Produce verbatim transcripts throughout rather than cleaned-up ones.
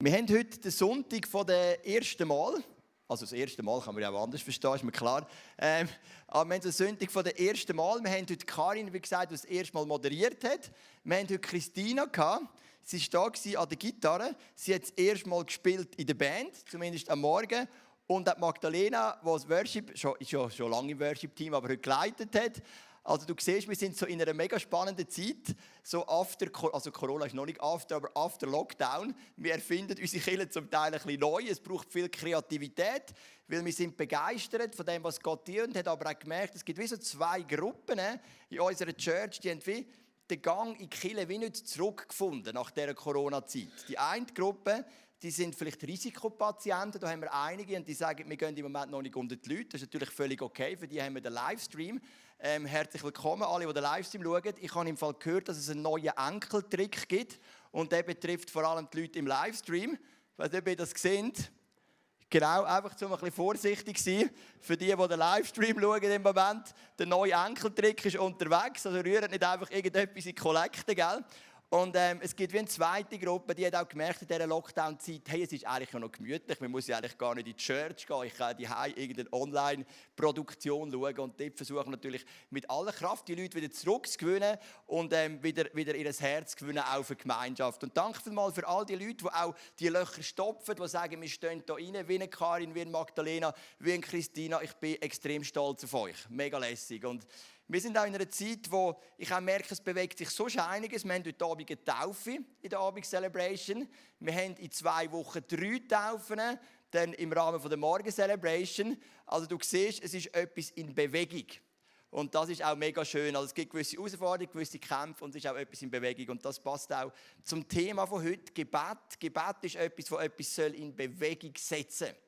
Wir haben heute den Sonntag von der ersten Mal. Also das erste Mal kann man ja auch anders verstehen, ist mir klar. Ähm, aber wir haben den Sonntag von der ersten Mal. Wir haben heute Karin, wie gesagt, die das erste Mal moderiert hat. Wir haben heute Christina gehabt. Sie war da an der Gitarre. Sie hat das erste Mal gespielt in der Band, zumindest am Morgen. Und auch Magdalena, die das Worship, schon, ist ja schon lange im Worship-Team, aber heute geleitet hat. Also du siehst, wir sind so in einer mega spannenden Zeit, so after, also Corona ist noch nicht after, aber after Lockdown. Wir erfinden unsere Kirche zum Teil ein bisschen neu, es braucht viel Kreativität, weil wir sind begeistert von dem, was Gott tut, und haben aber auch gemerkt, es gibt wie so zwei Gruppen in unserer Church, die haben wie den Gang in die Kirche wie nicht zurückgefunden nach dieser Corona-Zeit. Die eine Gruppe, die sind vielleicht Risikopatienten, da haben wir einige, und die sagen, wir gehen im Moment noch nicht unter die Leute. Das ist natürlich völlig okay, für die haben wir den Livestream. Ähm, herzlich willkommen, alle, die den Livestream schauen. Ich habe im Fall gehört, dass es einen neuen Enkeltrick gibt, und der betrifft vor allem die Leute im Livestream. Ich weiß nicht, ob ihr das seht. Genau, einfach um ein bisschen vorsichtig zu sein. Für die, die den Livestream schauen im Moment, der neue Enkeltrick ist unterwegs. Also rührt nicht einfach irgendetwas in die Kollekte, gell? Und ähm, es gibt wie eine zweite Gruppe, die hat auch gemerkt in dieser Lockdown-Zeit, hey, es ist eigentlich noch gemütlich, man muss ja eigentlich gar nicht in die Church gehen, ich kann daheim irgendeine Online-Produktion schauen, und dort versuchen natürlich mit aller Kraft die Leute wieder zurückzugewinnen und ähm, wieder, wieder ihr Herz zu gewinnen, auch für die Gemeinschaft. Und danke vielmals für all die Leute, die auch die Löcher stopfen, die sagen, wir stehen hier rein, wie eine Karin, wie eine Magdalena, wie eine Christina. Ich bin extrem stolz auf euch, mega lässig. Und wir sind auch in einer Zeit, wo ich auch merke, es bewegt sich so einiges. Wir haben heute Abend eine Taufe in der Abend-Celebration. Wir haben in zwei Wochen drei Taufen, dann im Rahmen der Morgen-Celebration. Also du siehst, es ist etwas in Bewegung. Und das ist auch mega schön. Also es gibt gewisse Herausforderungen, gewisse Kämpfe, und es ist auch etwas in Bewegung. Und das passt auch zum Thema von heute, Gebet. Gebet ist etwas, das etwas in Bewegung setzen soll.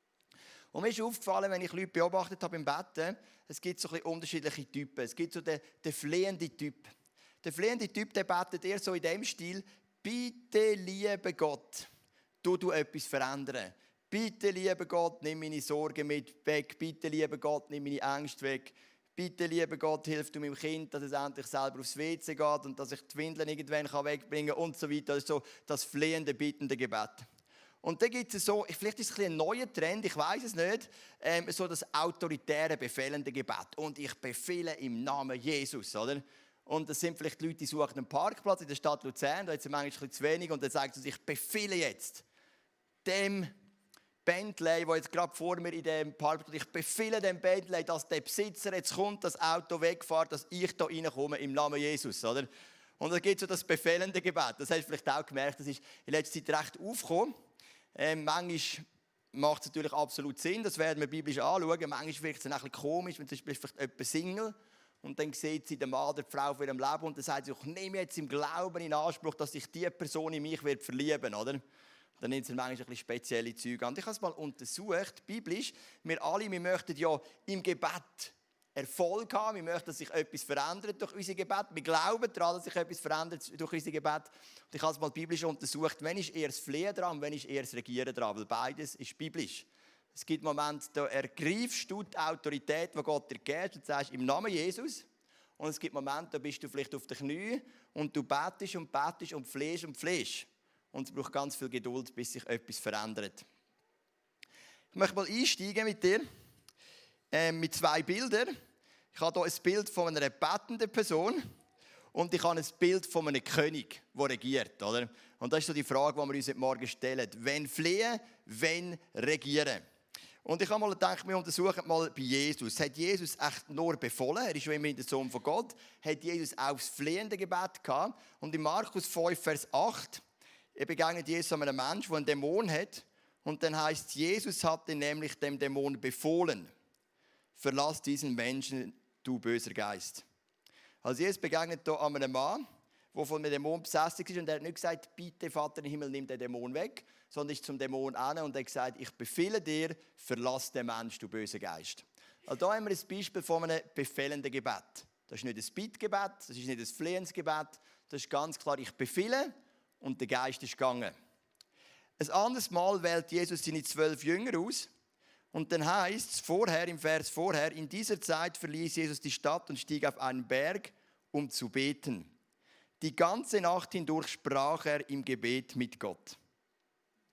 Und mir ist aufgefallen, wenn ich Leute beobachtet habe im Betten, es gibt so ein bisschen unterschiedliche Typen. Es gibt so den, den flehenden Typ. Der flehende Typ, der betet eher so in dem Stil: Bitte, lieber Gott, tu du etwas verändern. Bitte, lieber Gott, nimm meine Sorgen mit weg. Bitte, lieber Gott, nimm meine Ängste weg. Bitte, lieber Gott, hilf du meinem Kind, dass es endlich selber aufs W C geht und dass ich die Windeln irgendwann wegbringen kann und so weiter. Das ist so das flehende, bittende Gebet. Und dann gibt es so, vielleicht ist es ein, ein neuer Trend, ich weiß es nicht, ähm, so das autoritäre, befehlende Gebet. Und ich befehle im Namen Jesus, oder? Und das sind vielleicht Leute, die suchen einen Parkplatz in der Stadt Luzern, da ist es manchmal ein bisschen zu wenig, und dann sagen sie, ich befehle jetzt dem Bentley, der jetzt gerade vor mir in dem Parkplatz ist, ich befehle dem Bentley, dass der Besitzer jetzt kommt, das Auto wegfährt, dass ich da reinkomme im Namen Jesus, oder? Und dann gibt es so das befehlende Gebet. Das hast du vielleicht auch gemerkt, das ist in letzter Zeit recht aufgekommen. Ähm, manchmal macht es natürlich absolut Sinn, das werden wir biblisch anschauen. Manchmal wirkt es ein bisschen komisch, wenn zum Beispiel vielleicht jemand Single und dann sieht sie den Mann oder die Frau von ihrem Leben und dann sagt sie, ich nehme jetzt im Glauben in Anspruch, dass sich diese Person in mich wird verlieben, oder? Dann nimmt sie manchmal ein bisschen spezielle Züge an. Ich habe es mal untersucht, biblisch. Wir alle, wir möchten ja im Gebet Erfolg haben. Wir möchten, dass sich etwas verändert durch unser Gebet. Wir glauben daran, dass sich etwas verändert durch unser Gebet. Und ich habe es mal biblisch untersucht. Wenn ist eher das Flehen dran und wenn ist eher das Regieren dran? Weil beides ist biblisch. Es gibt Momente, da ergreifst du die Autorität, die Gott dir gibt, und sagst, im Namen Jesus. Und es gibt Momente, da bist du vielleicht auf den Knien und du betest und betest und flehst und flehst. Und es braucht ganz viel Geduld, bis sich etwas verändert. Ich möchte mal einsteigen mit dir. Ähm, mit zwei Bildern. Ich habe hier ein Bild von einer betenden Person und ich habe ein Bild von einem König, der regiert. Oder? Und das ist so die Frage, die wir uns heute Morgen stellen. Wenn fliehen, wenn regieren? Und ich habe mal gedacht, wir untersuchen mal bei Jesus. Hat Jesus echt nur befohlen? Er ist schon immerhin der Sohn von Gott. Hat Jesus auch das flehende Gebet gehabt? Und in Markus fünf, Vers acht begegnet Jesus einem Menschen, der einen Dämon hat. Und dann heißt es, Jesus hatte nämlich dem Dämon befohlen: Verlass diesen Menschen, du böser Geist. Also Jesus begegnet hier einem Mann, der von einem Dämon besessen ist, und er hat nicht gesagt, bitte Vater im Himmel, nimm den Dämon weg, sondern ist zum Dämon hin und er hat gesagt, ich befehle dir, verlass den Menschen, du böser Geist. Also hier haben wir ein Beispiel von einem befehlenden Gebet. Das ist nicht ein Bittgebet, das ist nicht ein Flehensgebet, das ist ganz klar, ich befehle und der Geist ist gegangen. Ein anderes Mal wählt Jesus seine zwölf Jünger aus. Und dann heißt es vorher, im Vers vorher, in dieser Zeit verließ Jesus die Stadt und stieg auf einen Berg, um zu beten. Die ganze Nacht hindurch sprach er im Gebet mit Gott.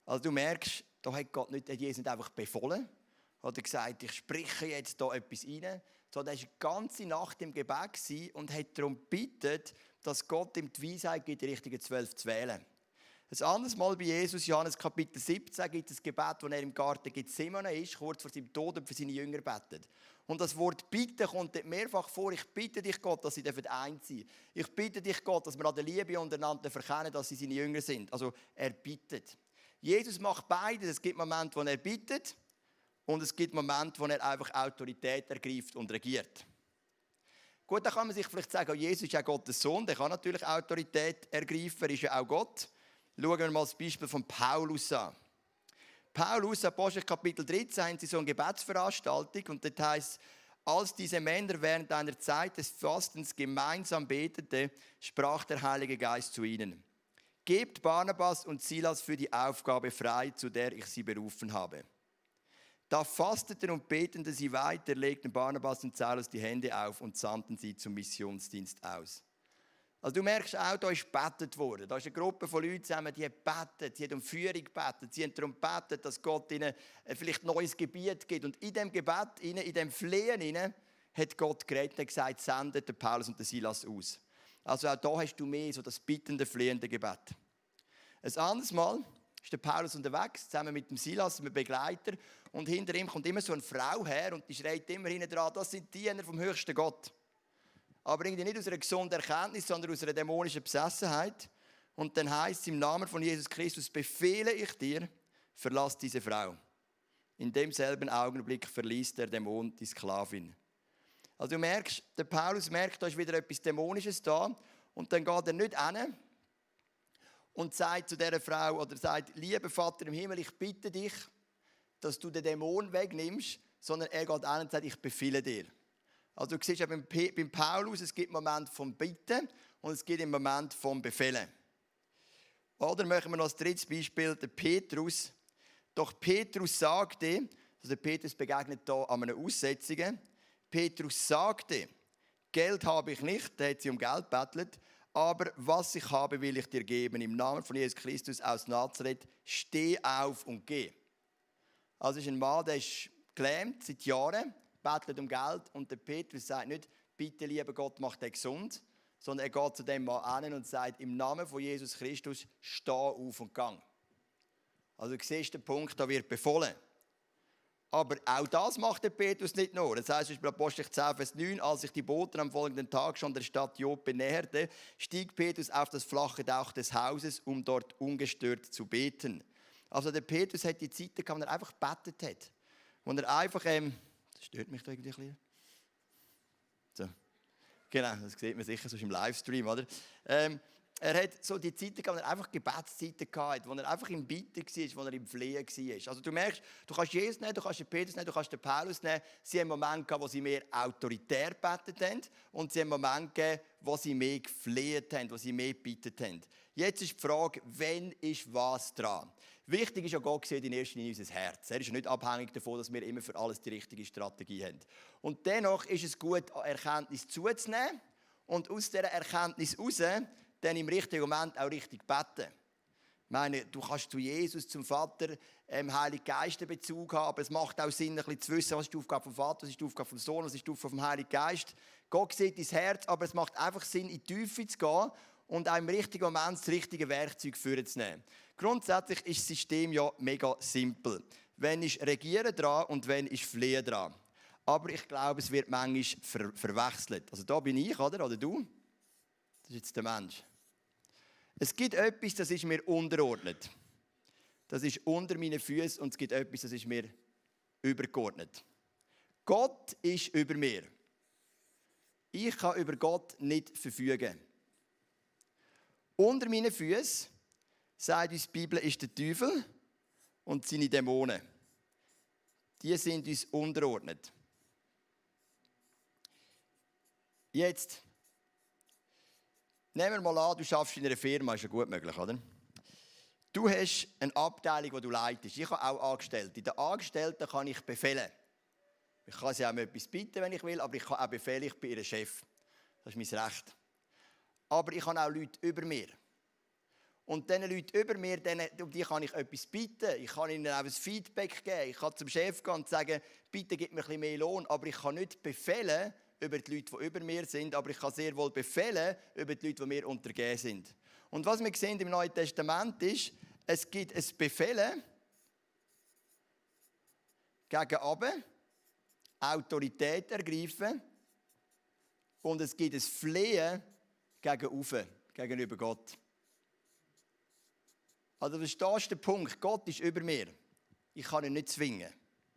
Also du merkst, da hat Gott nicht, hat Jesus nicht einfach befohlen, hat er gesagt, ich spreche jetzt da etwas rein, sondern er war die ganze Nacht im Gebet und hat darum gebeten, dass Gott ihm die Weisheit gibt, die richtigen zwölf zu wählen. Ein anderes Mal bei Jesus, Johannes Kapitel siebzehn, gibt es ein Gebet, wo er im Garten Gethsemane ist, kurz vor seinem Tod und für seine Jünger betet. Und das Wort «bitten» kommt dort mehrfach vor. Ich bitte dich, Gott, dass sie eins sind. Ich bitte dich, Gott, dass wir an der Liebe untereinander verkennen, dass sie seine Jünger sind. Also er bittet. Jesus macht beides. Es gibt Momente, wo er bittet und es gibt Momente, wo er einfach Autorität ergreift und regiert. Gut, dann kann man sich vielleicht sagen, Jesus ist ja Gottes Sohn, der kann natürlich Autorität ergreifen, er ist ja auch Gott. Schauen wir mal das Beispiel von Paulus an. Paulus, Apostel Kapitel dreizehn, haben sie so eine Gebetsveranstaltung und dort heisst, als diese Männer während einer Zeit des Fastens gemeinsam beteten, sprach der Heilige Geist zu ihnen. Gebt Barnabas und Silas für die Aufgabe frei, zu der ich sie berufen habe. Da fasteten und beteten sie weiter, legten Barnabas und Saulus die Hände auf und sandten sie zum Missionsdienst aus. Also du merkst auch, da ist gebetet worden. Da ist eine Gruppe von Leuten zusammen, die haben gebetet, die haben um Führung gebetet, sie haben darum gebetet, dass Gott ihnen vielleicht ein neues Gebiet gibt. Und in diesem Gebet, in diesem Flehen, hat Gott geredet und gesagt, sendet den Paulus und den Silas aus. Also auch da hast du mehr so das bittende, flehende Gebet. Ein anderes Mal ist der Paulus unterwegs, zusammen mit dem Silas, einem Begleiter, und hinter ihm kommt immer so eine Frau her und die schreit immer hinten dran, das sind Diener vom höchsten Gott. Aber irgendwie nicht aus einer gesunden Erkenntnis, sondern aus einer dämonischen Besessenheit. Und dann heisst es im Namen von Jesus Christus, befehle ich dir, verlass diese Frau. In demselben Augenblick verließ der Dämon die Sklavin. Also du merkst, der Paulus merkt, da ist wieder etwas Dämonisches da. Und dann geht er nicht hin und sagt zu dieser Frau, oder sagt, lieber Vater im Himmel, ich bitte dich, dass du den Dämon wegnimmst, sondern er geht hin und sagt, ich befehle dir. Also du siehst ja beim, beim Paulus, es gibt einen Moment vom Bitten und es gibt einen Moment vom Befehlen. Oder machen wir noch das dritte Beispiel, der Petrus. Doch Petrus sagte, also der Petrus begegnet hier an einer Aussetzung, Petrus sagte, Geld habe ich nicht, der hat sie um Geld gebettelt, aber was ich habe, will ich dir geben. Im Namen von Jesus Christus aus Nazareth, steh auf und geh. Also ist ein Mann, der ist gelähmt seit Jahren, bettelt um Geld und der Petrus sagt nicht, bitte lieber Gott, mach den gesund, sondern er geht zu dem Mann hin und sagt, im Namen von Jesus Christus, steh auf und gang. Also du siehst den Punkt, da wird befohlen. Aber auch das macht der Petrus nicht nur. Das heißt, in Apostel zehn, Vers neun, als sich die Boten am folgenden Tag schon der Stadt Joppe näherte, stieg Petrus auf das flache Dach des Hauses, um dort ungestört zu beten. Also der Petrus hat die Zeit gehabt, wo er einfach gebetet hat. Wo er einfach, ähm, das stört mich da irgendwie ein bisschen. So. Genau, das sieht man sicher so im Livestream, oder? Ähm, er hat so die Zeiten gehabt, wo er einfach Gebetszeiten hatte, wo er einfach im Bitten war, wo er im Flehen war. Also du merkst, du kannst Jesus nehmen, du kannst den Petrus nehmen, du kannst den Paulus nehmen. Sie haben Momente gehabt, wo sie mehr autoritär gebetet haben und sie haben Momente gegeben, wo sie mehr gefleht haben, wo sie mehr gebeten haben. Jetzt ist die Frage, wann ist was dran? Wichtig ist ja, Gott sieht in erster Linie unser Herz. Er ist nicht abhängig davon, dass wir immer für alles die richtige Strategie haben. Und dennoch ist es gut, Erkenntnis zuzunehmen und aus dieser Erkenntnis heraus dann im richtigen Moment auch richtig beten. Ich meine, du kannst zu Jesus, zum Vater, ähm, Heiligen Geist einen Bezug haben, aber es macht auch Sinn, ein bisschen zu wissen, was ist die Aufgabe vom Vater, was ist die Aufgabe vom Sohn, was ist die Aufgabe vom Heiligen Geist. Gott sieht dein Herz, aber es macht einfach Sinn, in die Tiefe zu gehen und auch im richtigen Moment das richtige Werkzeug vorzunehmen. Grundsätzlich ist das System ja mega simpel. Wenn ist Regieren dran und wenn ist Flehen dran. Aber ich glaube, es wird manchmal ver- verwechselt. Also da bin ich, oder? Oder du? Das ist jetzt der Mensch. Es gibt etwas, das ist mir unterordnet. Das ist unter meinen Füßen und es gibt etwas, das ist mir übergeordnet. Gott ist über mir. Ich kann über Gott nicht verfügen. Unter meinen Füßen, sagt uns die Bibel, ist der Teufel und seine Dämonen. Die sind uns unterordnet. Jetzt, nehmen wir mal an, du arbeitest in einer Firma, ist ja gut möglich, oder? Du hast eine Abteilung, die du leitest. Ich habe auch Angestellte. Den Angestellten kann ich befehlen. Ich kann sie auch um etwas bitten, wenn ich will, aber ich kann auch befehlen, ich bin ihr Chef. Das ist mein Recht. Aber ich habe auch Leute über mir. Und diesen Leuten über mir, denen, um die kann ich etwas bieten. Ich kann ihnen auch ein Feedback geben. Ich kann zum Chef gehen und sagen, bitte gib mir ein bisschen mehr Lohn. Aber ich kann nicht befehlen über die Leute, die über mir sind, aber ich kann sehr wohl befehlen über die Leute, die mir untergeben sind. Und was wir sehen im Neuen Testament ist, es gibt ein Befehlen gegen runter, Autorität ergreifen und es gibt ein Flehen gegen rauf, gegenüber Gott. Also verstehst du den Punkt? Gott ist über mir. Ich kann ihn nicht zwingen.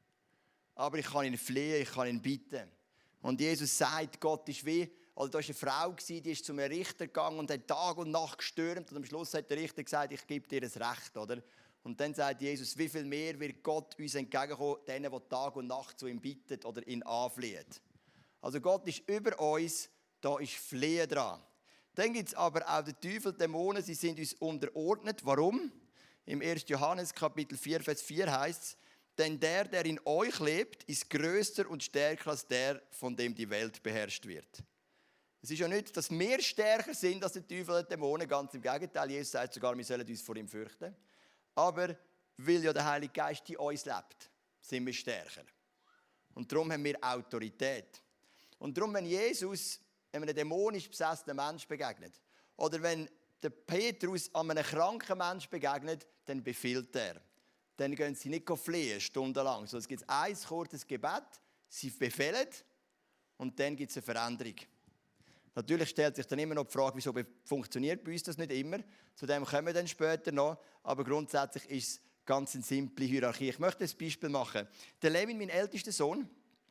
Aber ich kann ihn flehen, ich kann ihn bitten. Und Jesus sagt, Gott ist wie, also da war eine Frau, die ist zu einem Richter gegangen und hat Tag und Nacht gestürmt. Und am Schluss hat der Richter gesagt, ich gebe dir das Recht. Oder? Und dann sagt Jesus, wie viel mehr wird Gott uns entgegenkommen, denen, die Tag und Nacht zu ihm bitten oder ihn anflehen. Also Gott ist über uns, da ist Flehen dran. Dann gibt es aber auch den Teufel, Dämonen, sie sind uns unterordnet. Warum? Im ersten Johannes Kapitel vier, Vers vier heißt es, denn der, der in euch lebt, ist größer und stärker als der, von dem die Welt beherrscht wird. Es ist ja nicht, dass wir stärker sind als der Teufel und die Dämonen, ganz im Gegenteil. Jesus sagt sogar, wir sollen uns vor ihm fürchten. Aber weil ja der Heilige Geist in uns lebt, sind wir stärker. Und darum haben wir Autorität. Und darum, wenn Jesus einem dämonisch besessenen Menschen begegnet, oder wenn der Petrus einem kranken Menschen begegnet, dann befiehlt er. Dann gehen sie nicht fliehen, stundenlang. So, es gibt ein kurzes Gebet, sie befehlen und dann gibt es eine Veränderung. Natürlich stellt sich dann immer noch die Frage, wieso funktioniert bei uns das nicht immer. Zu dem kommen wir dann später noch. Aber grundsätzlich ist es ganz eine simple Hierarchie. Ich möchte ein Beispiel machen. Der Levin, mein ältester Sohn,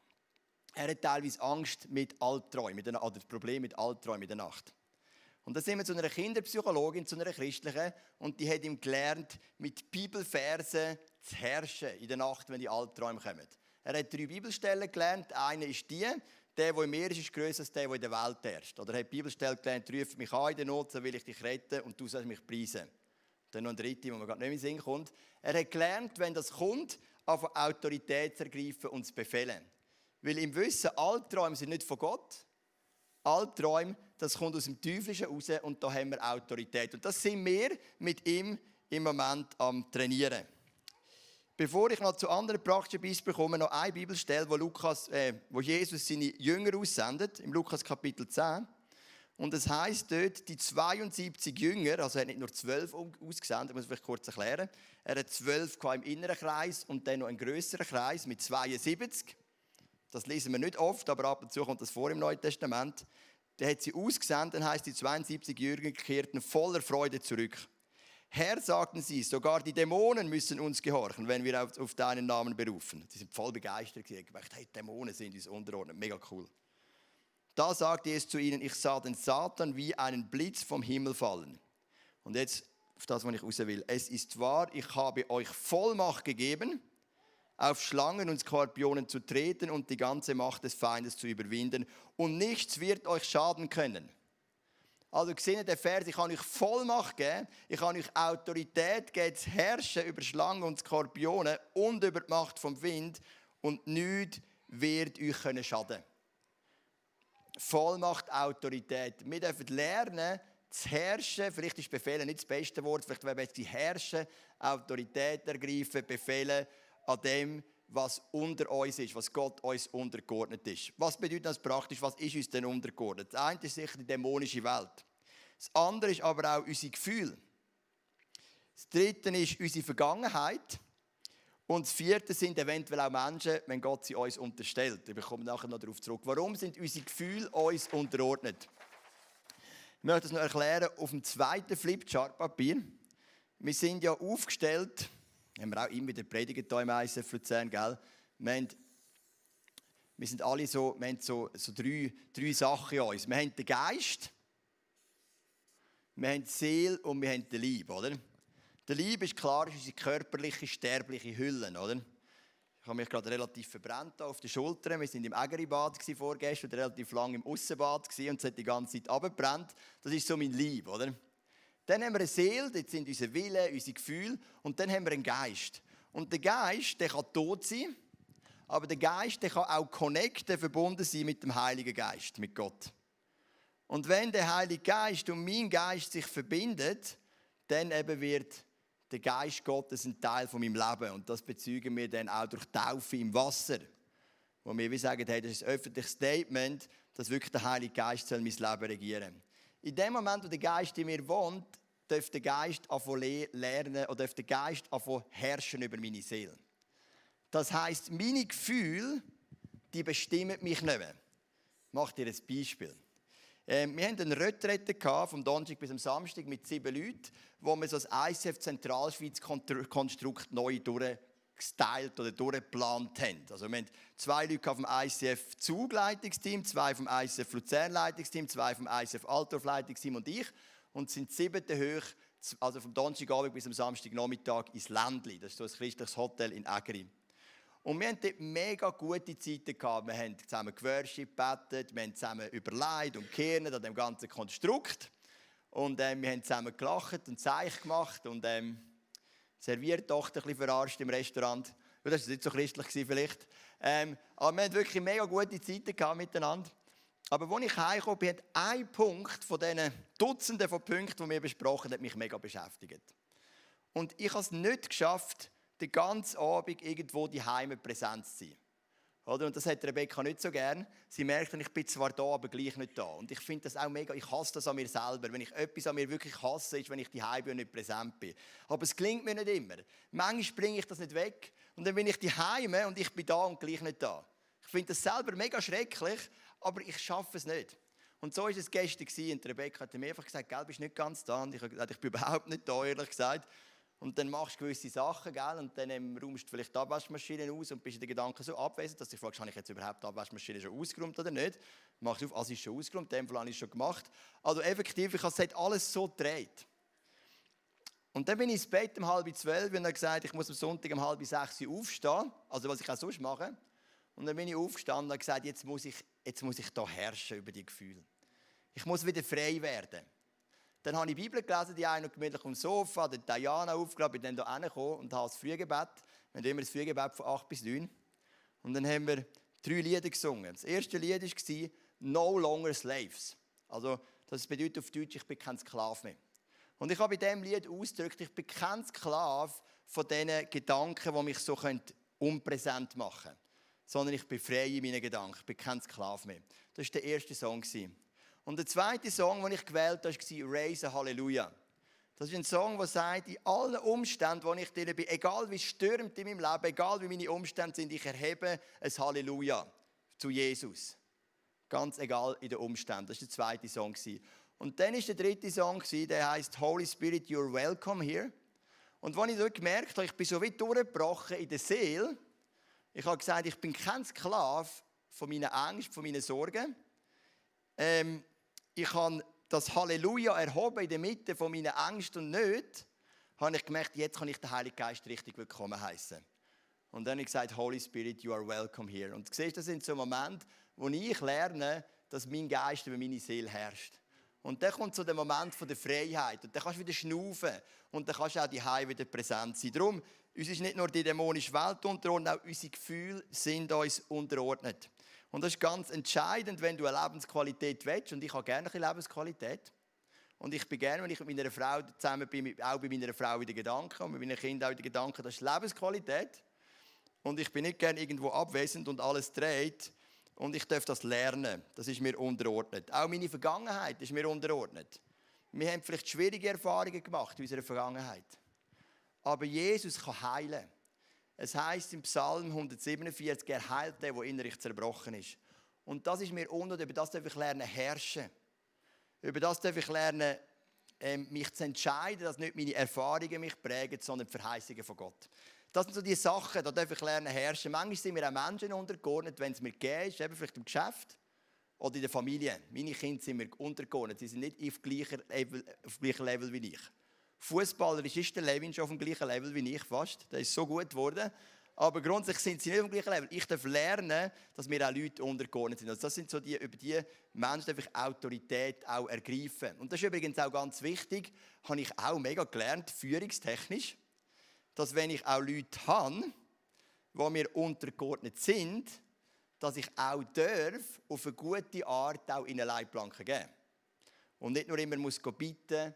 er hat teilweise Angst mit Albträumen, oder das Problem mit Albträumen in der Nacht. Und da sind wir zu einer Kinderpsychologin, zu einer christlichen, und die hat ihm gelernt, mit Bibelversen zu herrschen in der Nacht, wenn die Albträume kommen. Er hat drei Bibelstellen gelernt. Eine ist die, der, der im Meer ist, ist grösser als der, der in der Welt herrscht. Oder er hat die Bibelstelle gelernt, ruf mich an in der Not, so will ich dich retten und du sollst mich preisen. Dann noch ein dritte, wo mir gerade nicht mehr in den Sinn kommt. Er hat gelernt, wenn das kommt, auf Autorität zu ergreifen und zu befehlen. Weil im Wissen, Albträume sind nicht von Gott. Albträume, das kommt aus dem Teuflischen raus und da haben wir Autorität. Und das sind wir mit ihm im Moment am Trainieren. Bevor ich noch zu anderen praktischen Beispielen komme, noch eine Bibelstelle, wo, Lukas, äh, wo Jesus seine Jünger aussendet, im Lukas Kapitel zehn. Und es heisst dort, die zweiundsiebzig Jünger, also er hat nicht nur zwölf ausgesendet, muss ich vielleicht kurz erklären. Er hat zwölf im inneren Kreis und dann noch einen grösseren Kreis mit zweiundsiebzig. Das lesen wir nicht oft, aber ab und zu kommt das vor im Neuen Testament. Der hat sie ausgesendet, dann heisst, die zweiundsiebzig Jünger kehrten voller Freude zurück. Herr, sagten sie, sogar die Dämonen müssen uns gehorchen, wenn wir auf, auf deinen Namen berufen. Sie sind voll begeistert. Sie haben gedacht, hey, Dämonen sind uns unterordnet. Mega cool. Da sagte es zu ihnen, ich sah den Satan wie einen Blitz vom Himmel fallen. Und jetzt auf das, was ich raus will. Es ist wahr, ich habe euch Vollmacht gegeben, auf Schlangen und Skorpionen zu treten und die ganze Macht des Feindes zu überwinden. Und nichts wird euch schaden können. Also gesehen der Vers, ich kann euch Vollmacht geben, ich kann euch Autorität geben, zu herrschen über Schlangen und Skorpionen und über die Macht vom Wind und nichts wird euch können schaden. Vollmacht, Autorität. Wir dürfen lernen, zu herrschen, vielleicht ist Befehlen nicht das beste Wort, vielleicht wollen wir jetzt herrschen, Autorität ergreifen, befehlen an dem, was unter uns ist, was Gott uns untergeordnet ist. Was bedeutet das praktisch? Was ist uns denn untergeordnet? Das eine ist sicher die dämonische Welt. Das andere ist aber auch unser Gefühl. Das dritte ist unsere Vergangenheit. Und das vierte sind eventuell auch Menschen, wenn Gott sie uns unterstellt. Ich komme nachher noch darauf zurück. Warum sind unsere Gefühle uns unterordnet? Ich möchte es noch erklären auf dem zweiten Flipchart-Papier. Wir sind ja aufgestellt, haben wir auch immer wieder predigt hier im I C F Luzern, gell? Wir, haben, wir sind alle so, wir haben so, so drei, drei Sachen in uns. Wir haben den Geist, wir haben die Seele und wir haben den Leib, oder? Der Leib ist klar, ist unsere körperliche, sterbliche Hülle, oder? Ich habe mich gerade relativ verbrannt auf den Schultern. Wir waren im Ägeribad vorgestern, relativ lange im Aussenbad und es hat die ganze Zeit runtergebrannt. Das ist so mein Leib, oder? Dann haben wir eine Seele, das sind unsere Wille, unsere Gefühle. Und dann haben wir einen Geist. Und der Geist, der kann tot sein, aber der Geist, der kann auch connecten, verbunden sein mit dem Heiligen Geist, mit Gott. Und wenn der Heilige Geist und mein Geist sich verbindet, dann eben wird der Geist Gottes ein Teil von meinem Leben. Und das bezeugen wir dann auch durch Taufe im Wasser. Wo wir wie sagen, hey, das ist ein öffentliches Statement, dass wirklich der Heilige Geist soll mein Leben regieren soll. In dem Moment, wo der Geist in mir wohnt, darf der Geist anfangen lernen oder darf der Geist anfangen herrschen über meine Seele. Das heisst, meine Gefühle, die bestimmen mich nicht mehr. Ich mache dir ein Beispiel. Ähm, wir hatten eine Retrette vom Donnerstag bis am Samstag mit sieben Leuten, wo wir so das I C F Zentralschweiz-Konstrukt neu durchgestylt oder durchgeplant haben. Also wir haben zwei Leute vom I C F Zugleitungsteam, zwei vom I C F Luzern-Leitungsteam, zwei vom I C F Altdorf-Leitungsteam und ich. Und sind siebte hoch, also vom Donnerstagabend bis am Samstagnachmittag ins Ländli. Das ist so ein christliches Hotel in Ägeri. Und wir hatten dort mega gute Zeiten gehabt. Wir haben zusammen geworshippt, gebetet, wir haben zusammen überlegt und gekehrt an dem ganzen Konstrukt. Und ähm, wir haben zusammen gelacht und Zeichen gemacht und ähm, serviert doch ein bisschen verarscht im Restaurant. Das war nicht so christlich vielleicht. Ähm, aber wir hatten wirklich mega gute Zeiten gehabt miteinander. Aber als ich heimgekommen bin, hat ein Punkt von diesen Dutzenden von Punkten, die wir besprochen haben, mich mega beschäftigt. Und ich habe es nicht geschafft, den ganzen Abend irgendwo daheim präsent zu sein. Oder? Und das hat Rebecca nicht so gern. Sie merkt, ich bin zwar da, aber gleich nicht da. Und ich finde das auch mega, ich hasse das an mir selber. Wenn ich etwas an mir wirklich hasse, ist, wenn ich daheim bin und nicht präsent bin. Aber es gelingt mir nicht immer. Manchmal bringe ich das nicht weg und dann bin ich daheim und ich bin da und gleich nicht da. Ich finde das selber mega schrecklich, aber ich schaffe es nicht. Und so war es gestern. Und Rebecca hat mir einfach gesagt, gell, bist nicht ganz da. Und ich habe gesagt, ich bin überhaupt nicht da, ehrlich gesagt. Und dann machst du gewisse Sachen, gell? Und dann ähm, räumst du vielleicht die Abwaschmaschine aus und bist in den Gedanken so abwesend, dass du dich fragst, habe ich jetzt überhaupt die Abwaschmaschine schon ausgeräumt oder nicht? Machst du auf, also ist schon ausgeräumt, in dem Fall habe ich es schon gemacht. Also effektiv, ich habe es alles so gedreht. Und dann bin ich ins Bett um halb zwölf und habe gesagt, ich muss am Sonntag um halb sechs Uhr aufstehen, also was ich auch sonst mache. Und dann bin ich aufgestanden und habe gesagt, jetzt muss ich, jetzt muss ich da herrschen über die Gefühle. Ich muss wieder frei werden. Dann habe ich die Bibel gelesen, die eine gemütlich auf dem Sofa, die Diana aufgeladen, bin dann hier hingekommen und habe das Frühgebet. Wir haben immer das Frühgebet von acht bis neun. Und dann haben wir drei Lieder gesungen. Das erste Lied war «No Longer Slaves». Also das bedeutet auf Deutsch, ich bin kein Sklave mehr. Und ich habe in diesem Lied ausgedrückt, ich bin kein Sklave von diesen Gedanken, die mich so unpräsent machen können. Sondern ich bin frei in meinen Gedanken, ich bin kein Sklave mehr. Das war der erste Song. Und der zweite Song, den ich gewählt habe, war «Raise a Halleluja». Das ist ein Song, der sagt, in allen Umständen, wo ich drin bin, egal wie es stürmt in meinem Leben, egal wie meine Umstände sind, ich erhebe ein Halleluja zu Jesus. Ganz egal in den Umständen. Das war der zweite Song. Und dann war der dritte Song, der heisst «Holy Spirit, you're welcome here». Und als ich dort gemerkt habe, ich bin so weit durchgebrochen in der Seele, ich habe gesagt, ich bin kein Sklave von meinen Ängsten, von meinen Sorgen. Ähm, ich habe das Halleluja erhoben in der Mitte von meinen Ängsten und Nöten. Habe ich gemerkt, jetzt kann ich den Heiligen Geist richtig willkommen heißen. Und dann habe ich gesagt, Holy Spirit, you are welcome here. Und du siehst, das sind so Momente, wo ich lerne, dass mein Geist über meine Seele herrscht. Und dann kommt so der Moment von der Freiheit. Und dann kannst du wieder schnaufen. Und dann kannst du auch daheim wieder präsent sein. Darum, uns ist nicht nur die dämonische Welt unterordnet, auch unsere Gefühle sind uns unterordnet. Und das ist ganz entscheidend, wenn du eine Lebensqualität willst. Und ich habe gerne eine Lebensqualität. Und ich bin gerne, wenn ich mit meiner Frau zusammen bin, auch bei meiner Frau in den Gedanken und mit meinen Kindern auch in den Gedanken. Das ist Lebensqualität. Und ich bin nicht gerne irgendwo abwesend und alles dreht. Und ich darf das lernen. Das ist mir unterordnet. Auch meine Vergangenheit ist mir unterordnet. Wir haben vielleicht schwierige Erfahrungen gemacht in unserer Vergangenheit. Aber Jesus kann heilen. Es heisst im Psalm hundertsiebenundvierzig, er heilt den, der innerlich zerbrochen ist. Und das ist mir unter, über das darf ich lernen, herrschen. Über das darf ich lernen, mich zu entscheiden, dass nicht meine Erfahrungen mich prägen, sondern die Verheißungen von Gott. Das sind so die Sachen, da darf ich lernen, herrschen. Manchmal sind wir auch Menschen untergeordnet, wenn es mir geht, ist, eben vielleicht im Geschäft oder in der Familie. Meine Kinder sind mir untergeordnet, sie sind nicht auf gleicher Level, auf gleicher Level wie ich. Fußballerisch ist der Levin schon auf dem gleichen Level wie ich fast. Der ist so gut geworden. Aber grundsätzlich sind sie nicht auf dem gleichen Level. Ich darf lernen, dass wir auch Leute untergeordnet sind. Also das sind so die, über die Menschen darf ich Autorität auch ergreifen. Und das ist übrigens auch ganz wichtig, habe ich auch mega gelernt, führungstechnisch, dass wenn ich auch Leute habe, die mir untergeordnet sind, dass ich auch darf, auf eine gute Art auch in eine Leitplanke geben. Und nicht nur immer muss bitten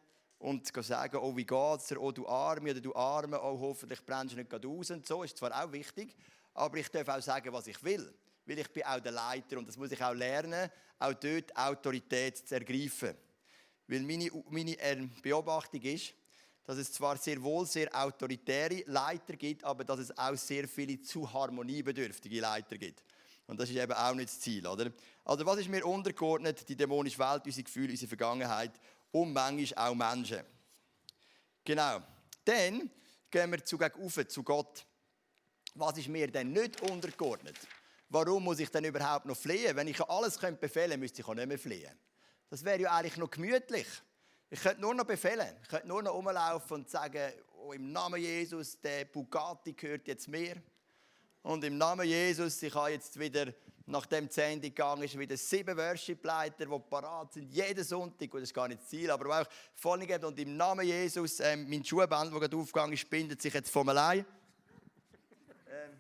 und sagen, oh, wie geht's dir, oh, du Arme oder du Arme, oh, hoffentlich brennst du nicht gerade aus und so. Ist zwar auch wichtig, aber ich darf auch sagen, was ich will. Weil ich bin auch der Leiter und das muss ich auch lernen, auch dort Autorität zu ergreifen. Weil meine, meine Beobachtung ist, dass es zwar sehr wohl sehr autoritäre Leiter gibt, aber dass es auch sehr viele zu harmoniebedürftige Leiter gibt. Und das ist eben auch nicht das Ziel, oder? Also was ist mir untergeordnet? Die dämonische Welt, unsere Gefühle, unsere Vergangenheit und manchmal auch Menschen. Genau. Dann gehen wir zu gegen Ufe, zu Gott. Was ist mir denn nicht untergeordnet? Warum muss ich denn überhaupt noch fliehen? Wenn ich alles befehlen könnte, müsste ich auch nicht mehr fliehen. Das wäre ja eigentlich noch gemütlich. Ich könnte nur noch befehlen. Ich könnte nur noch rumlaufen und sagen, oh, im Namen Jesus, der Bugatti gehört jetzt mir. Und im Namen Jesus, ich habe jetzt wieder, nachdem die Sendung gegangen ist, wieder sieben Worship-Leiter, die parat sind, jeden Sonntag, und das ist gar nicht das Ziel, aber auch voll geben. Und im Namen Jesus, ähm, mein Schuhband, der gerade aufgegangen ist, bindet sich jetzt von allein. ähm,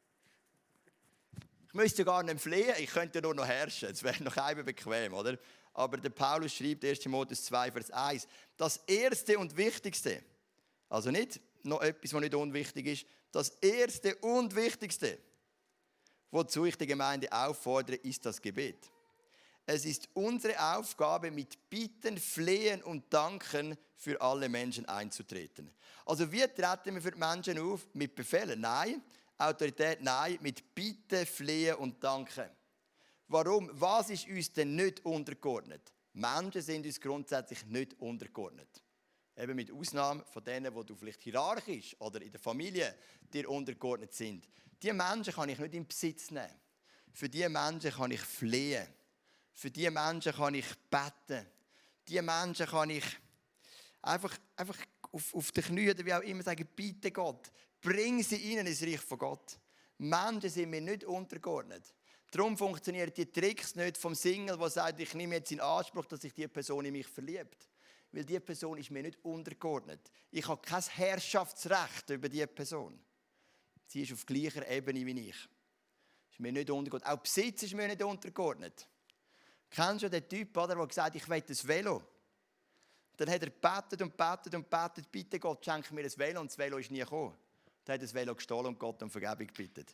ich müsste gar nicht fliehen, ich könnte nur noch herrschen. Es wäre noch einmal bequem, oder? Aber der Paulus schreibt, erster Timotheus zwei, Vers eins, das Erste und Wichtigste, also nicht noch etwas, was nicht unwichtig ist, das Erste und Wichtigste, wozu ich die Gemeinde auffordere, ist das Gebet. Es ist unsere Aufgabe, mit Bitten, Flehen und Danken für alle Menschen einzutreten. Also wie treten wir für die Menschen auf? Mit Befehlen? Nein. Autorität? Nein. Mit Bitten, Flehen und Danken. Warum? Was ist uns denn nicht untergeordnet? Menschen sind uns grundsätzlich nicht untergeordnet. Eben mit Ausnahme von denen, die du vielleicht hierarchisch oder in der Familie dir untergeordnet sind. Diese Menschen kann ich nicht in Besitz nehmen. Für diese Menschen kann ich flehen. Für diese Menschen kann ich beten. Diese Menschen kann ich einfach, einfach auf, auf den Knien oder wie auch immer sagen, bitte Gott, bring sie rein ins Reich von Gott. Menschen sind mir nicht untergeordnet. Darum funktionieren die Tricks nicht vom Single, der sagt, ich nehme jetzt in Anspruch, dass sich die Person in mich verliebt. Weil diese Person ist mir nicht untergeordnet. Ich habe kein Herrschaftsrecht über diese Person. Sie ist auf gleicher Ebene wie ich. Ist mir nicht untergeordnet. Auch Besitz ist mir nicht untergeordnet. Kennst du den Typ, oder, der gesagt hat, ich will ein Velo? Dann hat er gebetet und gebetet und gebetet, bitte Gott, schenk mir ein Velo. Und das Velo ist nie gekommen. Dann hat er das Velo gestohlen und Gott um Vergebung gebeten.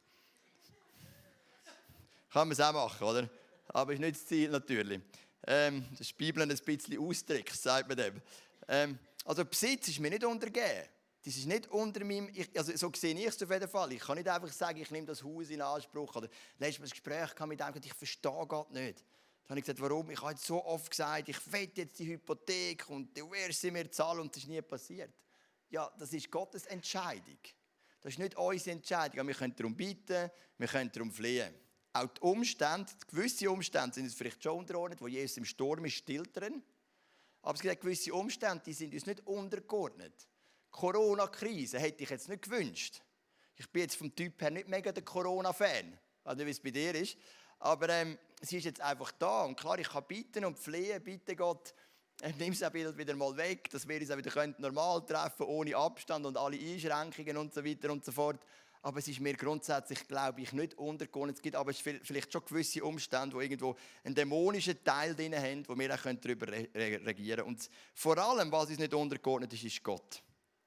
Kann man es auch machen, oder? Aber ist nicht das Ziel natürlich. Ähm, das ist die Bibel ein bisschen austrickst, sagt man dem. Ähm, also Besitz ist mir nicht untergeben. Das ist nicht unter meinem, ich, also so sehe ich es auf jeden Fall. Ich kann nicht einfach sagen, ich nehme das Haus in Anspruch. Oder letztes Mal ein Gespräch mit einem, ich verstehe Gott nicht. Dann habe ich gesagt, warum? Ich habe jetzt so oft gesagt, ich will jetzt die Hypothek und du wirst sie mir zahlen und das ist nie passiert. Ja, das ist Gottes Entscheidung. Das ist nicht unsere Entscheidung. Aber wir können darum bitten, wir können darum flehen. Auch die Umstände, gewisse Umstände sind uns vielleicht schon untergeordnet, wo Jesus im Sturm ist, stillt drin. Aber es gibt gewisse Umstände, die sind uns nicht untergeordnet. Die Corona-Krise hätte ich jetzt nicht gewünscht. Ich bin jetzt vom Typ her nicht mega der Corona-Fan. Ich weiß nicht, wie es bei dir ist. Aber ähm, sie ist jetzt einfach da. Und klar, ich kann bitten und flehen, bitte Gott, äh, nimm das Bild wieder mal weg, dass wir uns auch wieder normal treffen können, ohne Abstand und alle Einschränkungen und so weiter und so fort. Aber es ist mir grundsätzlich, glaube ich, nicht untergeordnet. Es gibt aber vielleicht schon gewisse Umstände, die irgendwo einen dämonischen Teil drin haben, wo wir auch darüber regieren können. Und vor allem, was uns nicht untergeordnet ist, ist Gott.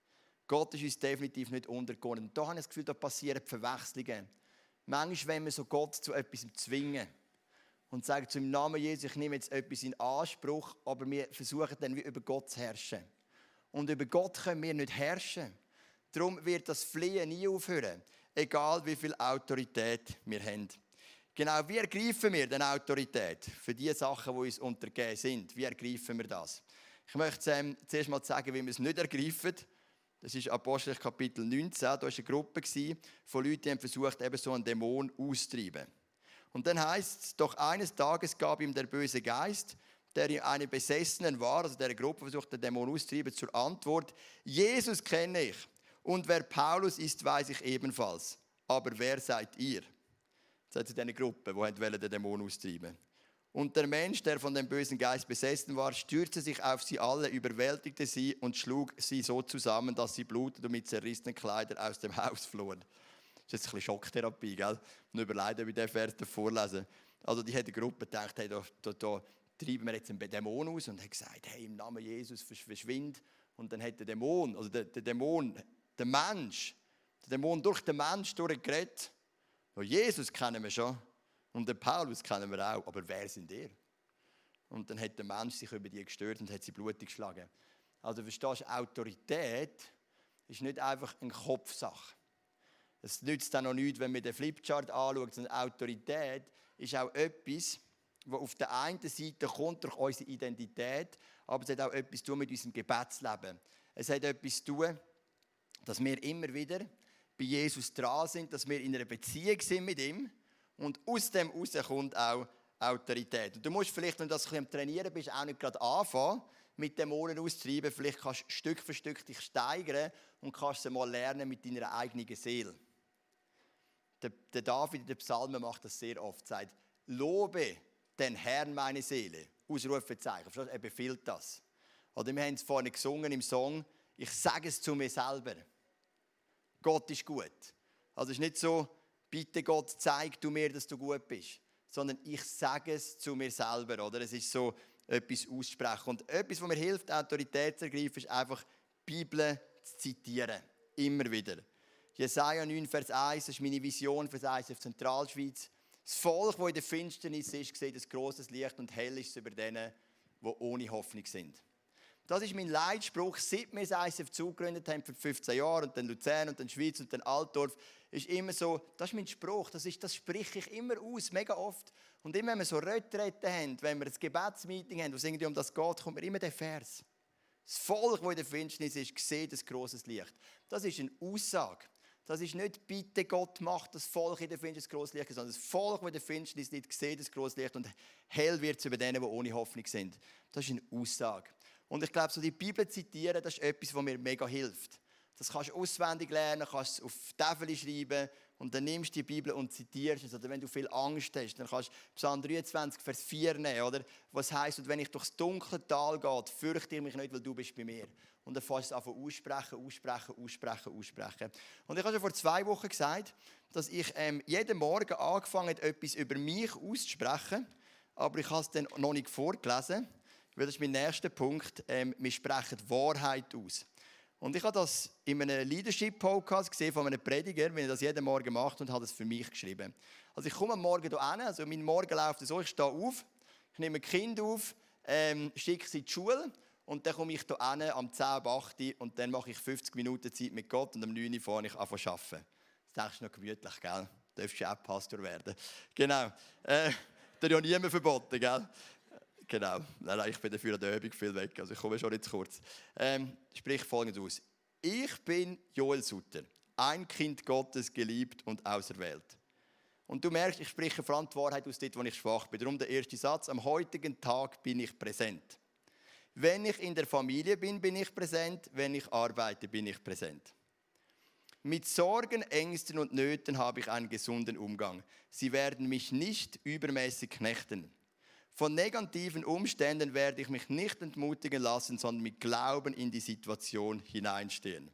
Gott ist uns definitiv nicht untergeordnet. Und da habe ich das Gefühl, da passieren Verwechslungen. Manchmal, wenn wir so Gott zu etwas zwingen und sagen zu im Namen Jesus, ich nehme jetzt etwas in Anspruch, aber wir versuchen dann wie über Gott zu herrschen. Und über Gott können wir nicht herrschen. Darum wird das Flehen nie aufhören, egal wie viel Autorität wir haben. Genau, wie ergreifen wir denn Autorität für die Sachen, die uns untergeben sind? Wie ergreifen wir das? Ich möchte ähm, zuerst mal sagen, wie wir es nicht ergreifen. Das ist Apostelgeschichte Kapitel neunzehn. Da war eine Gruppe von Leuten, die haben versucht, eben so einen Dämon auszutreiben. Und dann heisst es, doch eines Tages gab ihm der böse Geist, der in einem Besessenen war, also der Gruppe versucht, den Dämon auszutreiben, zur Antwort: Jesus kenne ich. Und wer Paulus ist, weiß ich ebenfalls. Aber wer seid ihr? Das ist diese Gruppe, die den Dämon austreiben wollten. Und der Mensch, der von dem bösen Geist besessen war, stürzte sich auf sie alle, überwältigte sie und schlug sie so zusammen, dass sie blutend und mit zerrissenen Kleidern aus dem Haus flohen. Das ist jetzt ein bisschen Schocktherapie, gell? Und überlegen, wie ich diesen Vers vorlesen. Also die hat die Gruppe gedacht, hey, da, da, da, treiben wir jetzt einen Dämon aus und hat gesagt, hey, im Namen Jesus verschwind. Und dann hat der Dämon, also der, der Dämon, der Mensch, der Dämon durch den Mensch durchgeredet. Jesus kennen wir schon und den Paulus kennen wir auch, aber wer sind ihr? Und dann hat der Mensch sich über die gestört und hat sie blutig geschlagen. Also verstehst du, Autorität ist nicht einfach eine Kopfsache. Es nützt dann noch nichts, wenn man den Flipchart anschaut, sondern Autorität ist auch etwas, was auf der einen Seite kommt durch unsere Identität, aber es hat auch etwas zu tun mit unserem Gebetsleben. Es hat etwas zu tun, dass wir immer wieder bei Jesus dran sind, dass wir in einer Beziehung sind mit ihm und aus dem heraus kommt auch Autorität. Und du musst vielleicht, wenn du das ein bisschen am Trainieren bist, auch nicht gerade anfangen, mit Dämonen auszutreiben. Vielleicht kannst du Stück für Stück dich steigern und kannst es mal lernen mit deiner eigenen Seele. Der, der David in den Psalmen macht das sehr oft, sagt, lobe den Herrn meine Seele. Ausrufezeichen. Er befiehlt das. Oder wir haben es vorhin gesungen im Song, ich sage es zu mir selber. Gott ist gut. Also es ist nicht so, bitte Gott, zeig du mir, dass du gut bist. Sondern ich sage es zu mir selber. Oder? Es ist so etwas aussprechen. Und etwas, was mir hilft, Autorität zu ergreifen, ist einfach die Bibel zu zitieren. Immer wieder. Jesaja neun, Vers eins, das ist meine Vision für das I C F Zentralschweiz. Das Volk, das in der Finsternis ist, sieht ein grosses Licht und hell ist es über denen, die ohne Hoffnung sind. Das ist mein Leitspruch, seit wir das I C F zugegründet haben, vor fünfzehn Jahren, und dann Luzern und dann Schweiz und dann Altdorf, ist immer so, das ist mein Spruch, das, ist, das spreche ich immer aus, mega oft. Und immer, wenn wir so Retrette haben, wenn wir ein Gebetsmeeting haben, wo es irgendwie um das geht, kommt mir immer der Vers. Das Volk, das in der Finsternis ist, sieht ein grosses Licht. Das ist eine Aussage. Das ist nicht, bitte Gott macht das Volk in der Finsternis grosses Licht, sondern das Volk, das in der Finsternis liegt, sieht das grosses Licht und hell wird es über denen, die ohne Hoffnung sind. Das ist eine Aussage. Und ich glaube, so die Bibel zitieren, das ist etwas, was mir mega hilft. Das kannst du auswendig lernen, kannst es auf die Tafel schreiben und dann nimmst du die Bibel und zitierst es. Oder wenn du viel Angst hast, dann kannst du Psalm dreiundzwanzig, Vers vier nehmen, oder? Was heisst, und wenn ich durchs dunkle Tal gehe, fürchte ich mich nicht, weil du bist bei mir. Und dann fängst du es an aussprechen, aussprechen, aussprechen, aussprechen. Und ich habe schon vor zwei Wochen gesagt, dass ich ähm, jeden Morgen angefangen habe, etwas über mich auszusprechen, aber ich habe es dann noch nicht vorgelesen, weil das ist mein nächster Punkt. Ähm, wir sprechen die Wahrheit aus. Und ich habe das in einem Leadership-Podcast gesehen von einem Prediger, wie er das jeden Morgen macht, und habe das für mich geschrieben. Also ich komme am Morgen hier hin, also mein Morgen läuft so, ich stehe auf, ich nehme ein Kind auf, ähm, schicke sie in die Schule und dann komme ich hier hin am zehn, acht und dann mache ich fünfzig Minuten Zeit mit Gott und am neun fange ich an zu arbeiten. Das denkst du noch gemütlich, gell? Du darfst ja auch Pastor werden. Genau. Äh, da ist ja niemand verboten, gell? Genau, nein, nein, ich bin dafür an der Übung viel weg, also ich komme schon nicht zu kurz. Ähm, sprich Folgendes aus. Ich bin Joel Sutter, ein Kind Gottes, geliebt und auserwählt. Und du merkst, ich spreche vor allem die Wahrheit aus dort, wo ich schwach bin. Darum der erste Satz, am heutigen Tag bin ich präsent. Wenn ich in der Familie bin, bin ich präsent, wenn ich arbeite, bin ich präsent. Mit Sorgen, Ängsten und Nöten habe ich einen gesunden Umgang. Sie werden mich nicht übermäßig knechten. Von negativen Umständen werde ich mich nicht entmutigen lassen, sondern mit Glauben in die Situation hineinstehen.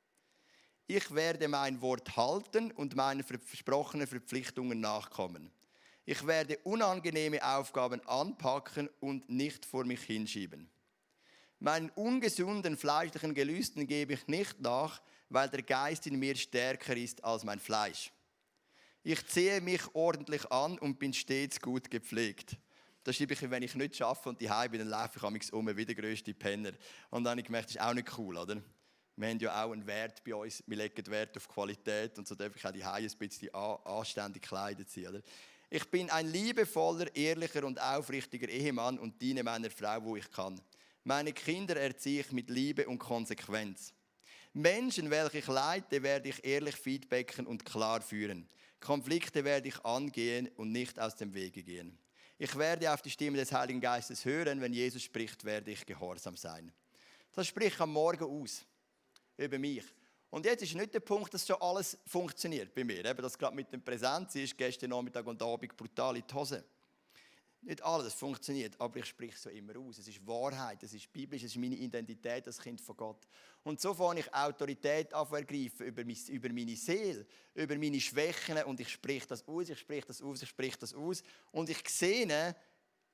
Ich werde mein Wort halten und meinen versprochenen Verpflichtungen nachkommen. Ich werde unangenehme Aufgaben anpacken und nicht vor mich hinschieben. Meinen ungesunden fleischlichen Gelüsten gebe ich nicht nach, weil der Geist in mir stärker ist als mein Fleisch. Ich ziehe mich ordentlich an und bin stets gut gepflegt. Das schreibe ich, wenn ich nicht arbeite und daheim bin, dann laufe ich amigs um wie der grösste Penner. Und dann habe ich gemerkt, das ist auch nicht cool, oder? Wir haben ja auch einen Wert bei uns, wir legen Wert auf Qualität und so darf ich auch daheim ein bisschen anständig gekleidet sein, oder? Ich bin ein liebevoller, ehrlicher und aufrichtiger Ehemann und diene meiner Frau, wo ich kann. Meine Kinder erziehe ich mit Liebe und Konsequenz. Menschen, welche ich leite, werde ich ehrlich feedbacken und klar führen. Konflikte werde ich angehen und nicht aus dem Wege gehen. Ich werde auf die Stimme des Heiligen Geistes hören. Wenn Jesus spricht, werde ich gehorsam sein. Das spricht ich am Morgen aus. Über mich. Und jetzt ist nicht der Punkt, dass schon alles funktioniert bei mir. Eben, dass gerade mit dem Präsenz ist, gestern Nachmittag und Abend brutal in die Hose. Nicht alles funktioniert, aber ich spreche so immer aus. Es ist Wahrheit, es ist biblisch, es ist meine Identität als Kind von Gott. Und so fange ich Autorität an zu ergreifen über, mein, über meine Seele, über meine Schwächen und ich spreche das aus, ich spreche das aus, ich spreche das aus. Und ich sehe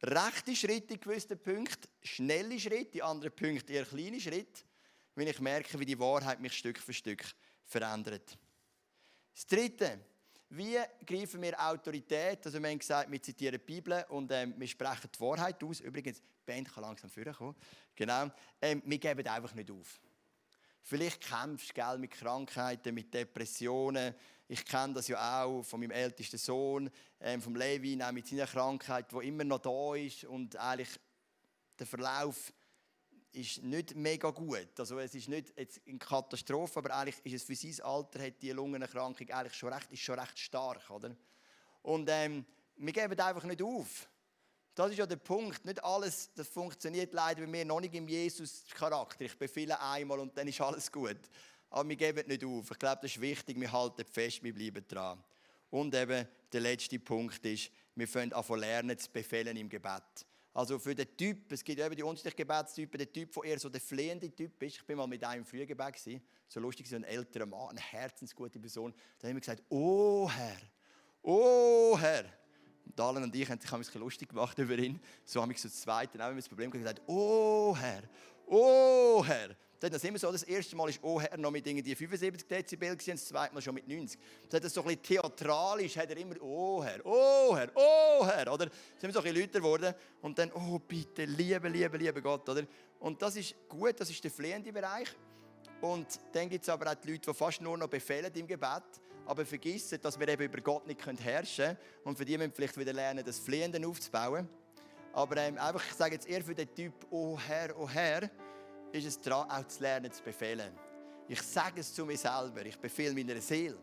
rechte Schritte in gewissen Punkten, schnelle Schritte, in anderen Punkten eher kleine Schritte, wenn ich merke, wie die Wahrheit mich Stück für Stück verändert. Das Dritte, wie greifen wir Autorität? Also wir haben gesagt, wir zitieren die Bibel und ähm, wir sprechen die Wahrheit aus. Übrigens, die Band kann langsam vorkommen. Genau. Ähm, wir geben einfach nicht auf. Vielleicht kämpfst du gell, mit Krankheiten, mit Depressionen. Ich kenne das ja auch von meinem ältesten Sohn, ähm, vom Levin, auch mit seiner Krankheit, die immer noch da ist und eigentlich der Verlauf ist nicht mega gut. Also es ist nicht jetzt eine Katastrophe, aber eigentlich ist es für sein Alter, hat die Lungenerkrankung eigentlich schon recht, ist schon recht stark. Oder? Und ähm, wir geben einfach nicht auf. Das ist ja der Punkt. Nicht alles das funktioniert leider bei mir noch nicht im Jesus-Charakter. Ich befehle einmal und dann ist alles gut. Aber wir geben nicht auf. Ich glaube, das ist wichtig. Wir halten fest, wir bleiben dran. Und eben der letzte Punkt ist, wir fangen an zu lernen, zu befehlen im Gebet. Also für den Typ, es gibt eben die unterschiedlichen Gebetstypen, der Typ, der eher so der flehende Typ ist. Ich bin mal mit einem im Frühgebet gewesen, so lustig, so ein älterer Mann, eine herzensgute Person. Da haben wir gesagt, oh Herr, oh Herr. Und Alan und ich haben sich ein bisschen lustig gemacht über ihn. So haben wir so das Zweite, auch wenn wir das Problem gesagt, oh Herr, oh Herr. Das ist immer so, das erste Mal ist oh Herr noch mit irgendwie fünfundsiebzig Dezibel und das zweite Mal schon mit neunzig. Das ist so ein bisschen theatralisch, hat er immer oh Herr, oh Herr, oh Herr, oder? Das sind so ein bisschen lauter geworden und dann oh bitte, liebe, liebe, liebe Gott, oder? Und das ist gut, das ist der flehende Bereich. Und dann gibt es aber auch die Leute, die fast nur noch befehlen im Gebet, aber vergessen, dass wir eben über Gott nicht herrschen können. Und für die müssen wir vielleicht wieder lernen, das Flehende aufzubauen. Aber ähm, einfach, ich sage jetzt eher für den Typ oh Herr, oh Herr, ist es daran, auch zu lernen, zu befehlen. Ich sage es zu mir selber, ich befehle meiner Seele.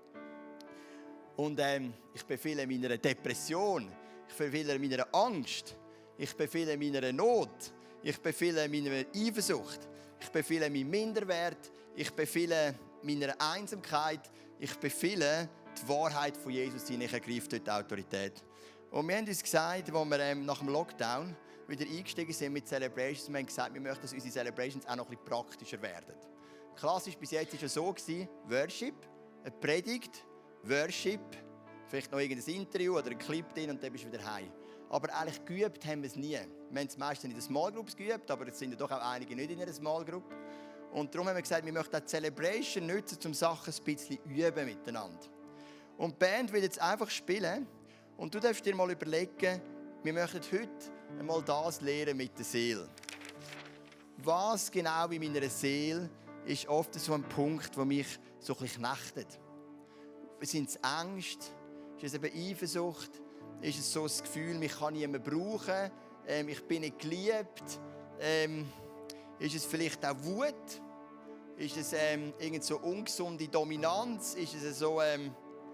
Und ähm, ich befehle meiner Depression, ich befehle meiner Angst, ich befehle meiner Not, ich befehle meiner Eifersucht, ich befehle meinen Minderwert, ich befehle meiner Einsamkeit, ich befehle die Wahrheit von Jesus hin, ich ergreife dort die Autorität. Und wir haben uns gesagt, als wir ähm, nach dem Lockdown wieder eingestiegen sind mit Celebrations, wir haben gesagt, wir möchten, dass unsere Celebrations auch noch ein bisschen praktischer werden. Klassisch bis jetzt war es so, Worship, eine Predigt, Worship, vielleicht noch irgendein Interview oder ein Clip drin und dann bist du wieder heim. Aber eigentlich geübt haben wir es nie. Wir haben es meistens in den Small Groups geübt, aber es sind ja doch auch einige nicht in einer Small Group. Und darum haben wir gesagt, wir möchten auch die Celebration nutzen, um Sachen ein bisschen üben miteinander. Und die Band will jetzt einfach spielen und du darfst dir mal überlegen, wir möchten heute einmal das lernen mit der Seele. Was genau in meiner Seele ist oft so ein Punkt, der mich so ein bisschen knechtet. Sind es Ängste? Ist es eben Eifersucht? Ist es so das Gefühl, mich kann niemand brauchen? Ähm, ich bin nicht geliebt? Ähm, ist es vielleicht auch Wut? Ist es ähm, irgend so ungesunde Dominanz? Ist es so ähm,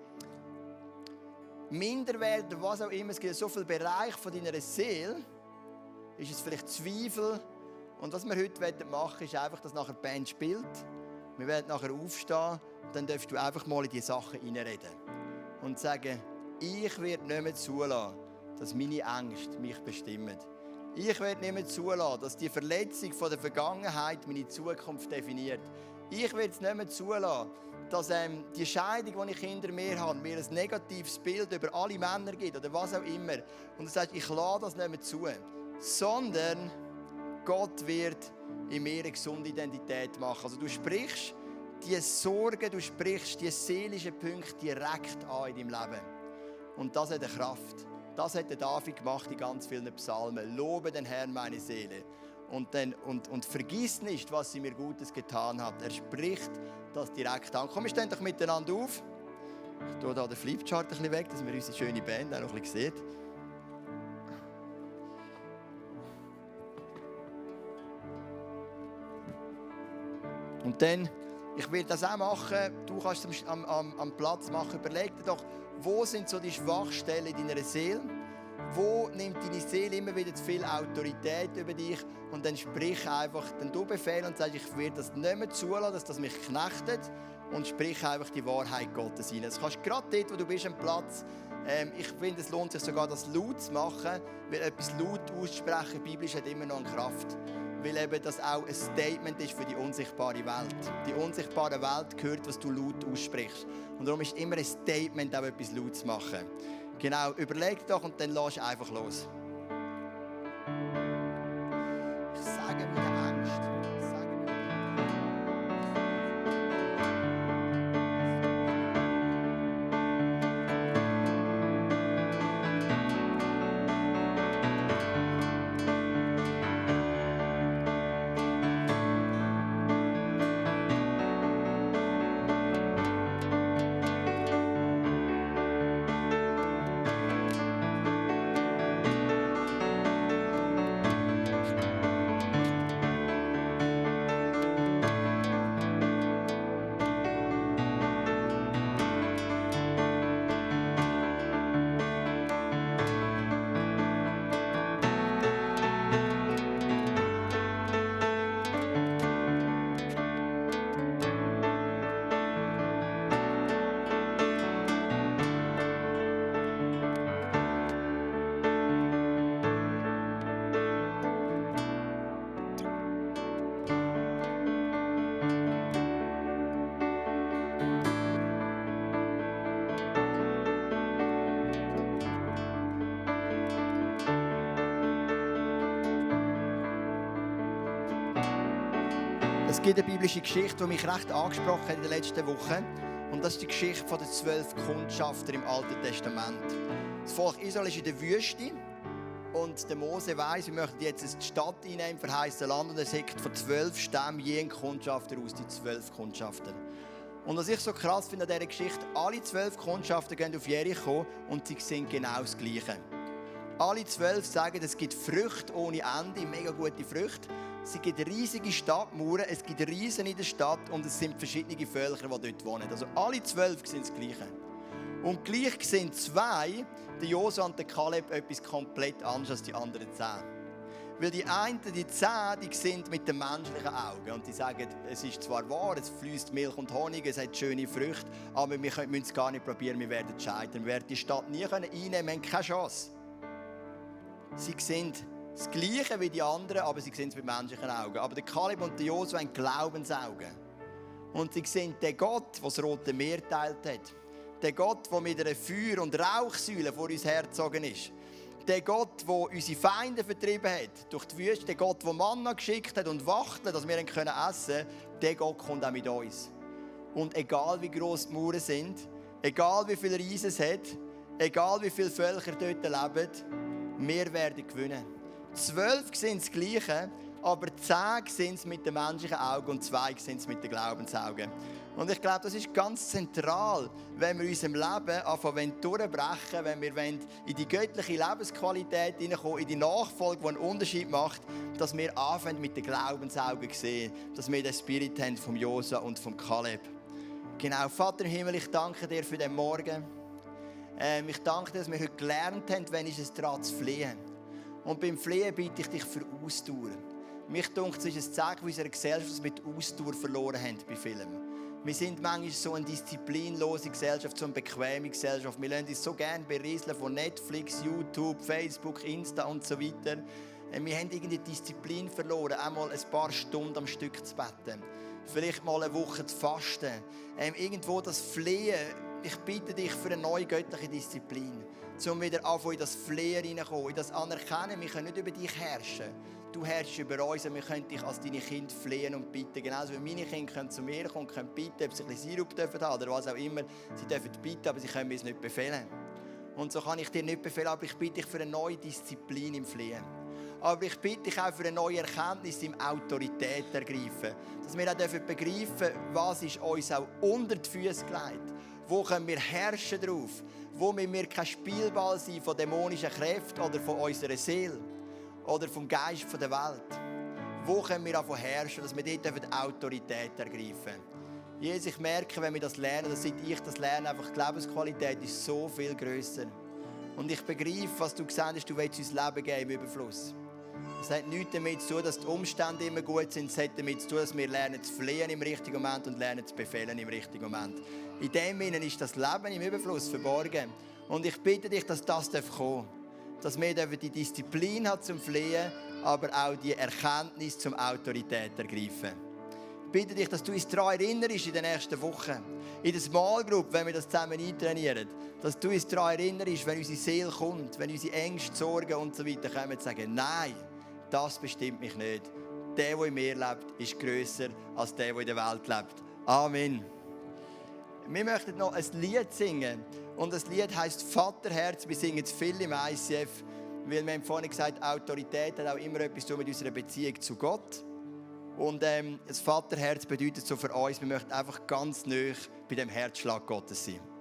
Minderwert oder was auch immer? Es gibt so viele Bereiche von deiner Seele. Ist es vielleicht Zweifel? Und was wir heute machen wollen, ist einfach, dass nachher die Band spielt. Wir werden nachher aufstehen und dann darfst du einfach mal in diese Sachen hineinreden. Und sagen, ich werde nicht mehr zulassen, dass meine Ängste mich bestimmen. Ich werde nicht mehr zulassen, dass die Verletzung von der Vergangenheit meine Zukunft definiert. Ich werde es nicht mehr zulassen, dass ähm, die Scheidung, die ich hinter mir habe, mir ein negatives Bild über alle Männer gibt oder was auch immer. Und du sagst, ich lasse das nicht mehr zu. Sondern Gott wird in mir eine gesunde Identität machen. Also du sprichst die Sorgen, du sprichst die seelischen Punkte direkt an in deinem Leben. Und das hat eine Kraft. Das hat der David gemacht in ganz vielen Psalmen. Lobe den Herrn, meine Seele. Und, dann, und, und vergiss nicht, was sie mir Gutes getan hat. Er spricht das direkt an. Komm, wir stehen doch miteinander auf. Ich tue hier den Flipchart ein bisschen weg, dass man unsere schöne Band auch noch ein bisschen sieht. Und dann, ich will das auch machen, du kannst es am, am, am Platz machen. Überleg dir doch, wo sind so die Schwachstellen in deiner Seele? Wo nimmt deine Seele immer wieder zu viel Autorität über dich? Und dann sprich einfach, dann du Befehl und sagst, ich werde das nicht mehr zulassen, dass das mich knechtet. Und sprich einfach die Wahrheit Gottes rein. Das kannst du gerade dort, wo du bist, am Platz. Ähm, ich finde, es lohnt sich sogar, das laut zu machen, weil etwas laut aussprechen, biblisch hat immer noch eine Kraft. Weil eben das auch ein Statement ist für die unsichtbare Welt. Die unsichtbare Welt hört, was du laut aussprichst. Und darum ist es immer ein Statement, auch etwas laut zu machen. Genau, überleg doch und dann lass einfach los. Ich sage meine Angst. Ich sage meine Es gibt eine biblische Geschichte, die mich recht angesprochen hat in den letzten Wochen. Und das ist die Geschichte der zwölf Kundschafter im Alten Testament. Das Volk Israel ist in der Wüste. Und der Mose weiss, wir möchten jetzt in die Stadt einnehmen, im verheißene Land. Und er sagt von zwölf Stämmen je ein Kundschafter aus, die zwölf Kundschafter. Und was ich so krass finde an dieser Geschichte, alle zwölf Kundschafter gehen auf Jericho und sie sehen genau das Gleiche. Alle zwölf sagen, es gibt Früchte ohne Ende, mega gute Früchte. Es gibt riesige Stadtmauern, es gibt Riesen in der Stadt und es sind verschiedene Völker, die dort wohnen. Also alle zwölf sind das Gleiche. Und gleich sind zwei, der Josua und der Kaleb, etwas komplett anderes als die anderen zehn. Weil die einen, die zehn, die sind mit den menschlichen Augen und die sagen, es ist zwar wahr, es fließt Milch und Honig, es hat schöne Früchte, aber wir müssen es gar nicht probieren, wir werden scheitern. Wir werden die Stadt nie einnehmen können, wir haben keine Chance. Sie sind das Gleiche wie die anderen, aber sie sehen es mit menschlichen Augen. Aber der Kaleb und der Josua haben Glaubensaugen. Und sie sehen den Gott, der das Rote Meer geteilt hat. Den Gott, der mit einer Feuer- und Rauchsäule vor uns hergezogen ist. Den Gott, der unsere Feinde vertrieben hat durch die Wüste. Den Gott, der Manna geschickt hat und Wachteln, dass wir ihn essen können. Der Gott kommt auch mit uns. Und egal wie gross die Mauern sind, egal wie viele Riesen es hat, egal wie viele Völker dort leben, wir werden gewinnen. Zwölf sind das Gleiche, aber zehn sind es mit den menschlichen Augen und zwei sind es mit den Glaubensaugen. Und ich glaube, das ist ganz zentral, wenn wir in unserem Leben anfangen durchbrechen, wenn wir in die göttliche Lebensqualität hineinkommen, in die Nachfolge, die einen Unterschied macht, dass wir anfangen mit den Glaubensaugen zu sehen, dass wir den Spirit haben vom Josua und vom Kaleb. Genau, Vater im Himmel, ich danke dir für den Morgen. Ähm, ich danke dir, dass wir heute gelernt haben, wenn ist es daran zu fliehen. Und beim Fliehen bitte ich dich für Ausdauer. Mich denkt, es ist ein Zeichen unserer Gesellschaft, dass wir die Ausdauer verloren haben bei Filmen. Wir sind manchmal so eine disziplinlose Gesellschaft, so eine bequeme Gesellschaft. Wir lassen uns so gerne berieseln von Netflix, YouTube, Facebook, Insta und so weiter. Wir haben irgendwie die Disziplin verloren, einmal ein paar Stunden am Stück zu beten. Vielleicht mal eine Woche zu fasten. Ähm, irgendwo das Fliehen. Ich bitte dich für eine neue göttliche Disziplin, um wieder anfangen in das Flehen hineinkommen, in das Anerkennen. Wir können nicht über dich herrschen. Du herrschst über uns und wir können dich als deine Kinder flehen und bitten. Genauso wie meine Kinder können zu mir kommen und können bitten, ob sie ein bisschen Sirup haben dürfen oder was auch immer. Sie dürfen bitten, aber sie können mir es nicht befehlen. Und so kann ich dir nicht befehlen, aber ich bitte dich für eine neue Disziplin im Flehen. Aber ich bitte dich auch für eine neue Erkenntnis im Autorität ergreifen. Dass wir auch begreifen dürfen, was ist uns auch unter die Füße gelegt. Wo können wir herrschen drauf? Wo müssen wir kein Spielball sein von dämonischen Kräften oder von unserer Seele oder vom Geist der Welt? Wo können wir davon herrschen, dass wir dort die Autorität ergreifen? Jesus, ich merke, wenn wir das lernen, dass seit ich das lerne, einfach die Lebensqualität ist so viel grösser. Und ich begreife, was du gesagt hast, du willst uns Leben geben im Überfluss. Es hat nichts damit zu tun, dass die Umstände immer gut sind. Es hat damit zu tun, dass wir lernen zu fliehen im richtigen Moment und lernen zu befehlen im richtigen Moment. In dem Sinne ist das Leben im Überfluss verborgen. Und ich bitte dich, dass das kommen darf. Dass wir die Disziplin haben zum Fliehen, aber auch die Erkenntnis zum Autorität ergreifen. bitte dich, dass du uns daran erinnerst in den nächsten Wochen. In der Small Group, wenn wir das zusammen eintrainieren. Dass du uns daran erinnerst, wenn unsere Seele kommt, wenn unsere Ängste, Sorgen und so weiter kommen, zu sagen, nein, das bestimmt mich nicht. Der, der in mir lebt, ist grösser als der, der in der Welt lebt. Amen. Wir möchten noch ein Lied singen. Und das Lied heisst Vaterherz. Wir singen es viel im I C F. Weil wir haben vorhin gesagt, Autorität hat auch immer etwas zu tun mit unserer Beziehung zu Gott. Und ähm, das Vaterherz bedeutet so für uns, wir möchten einfach ganz nah bei dem Herzschlag Gottes sein.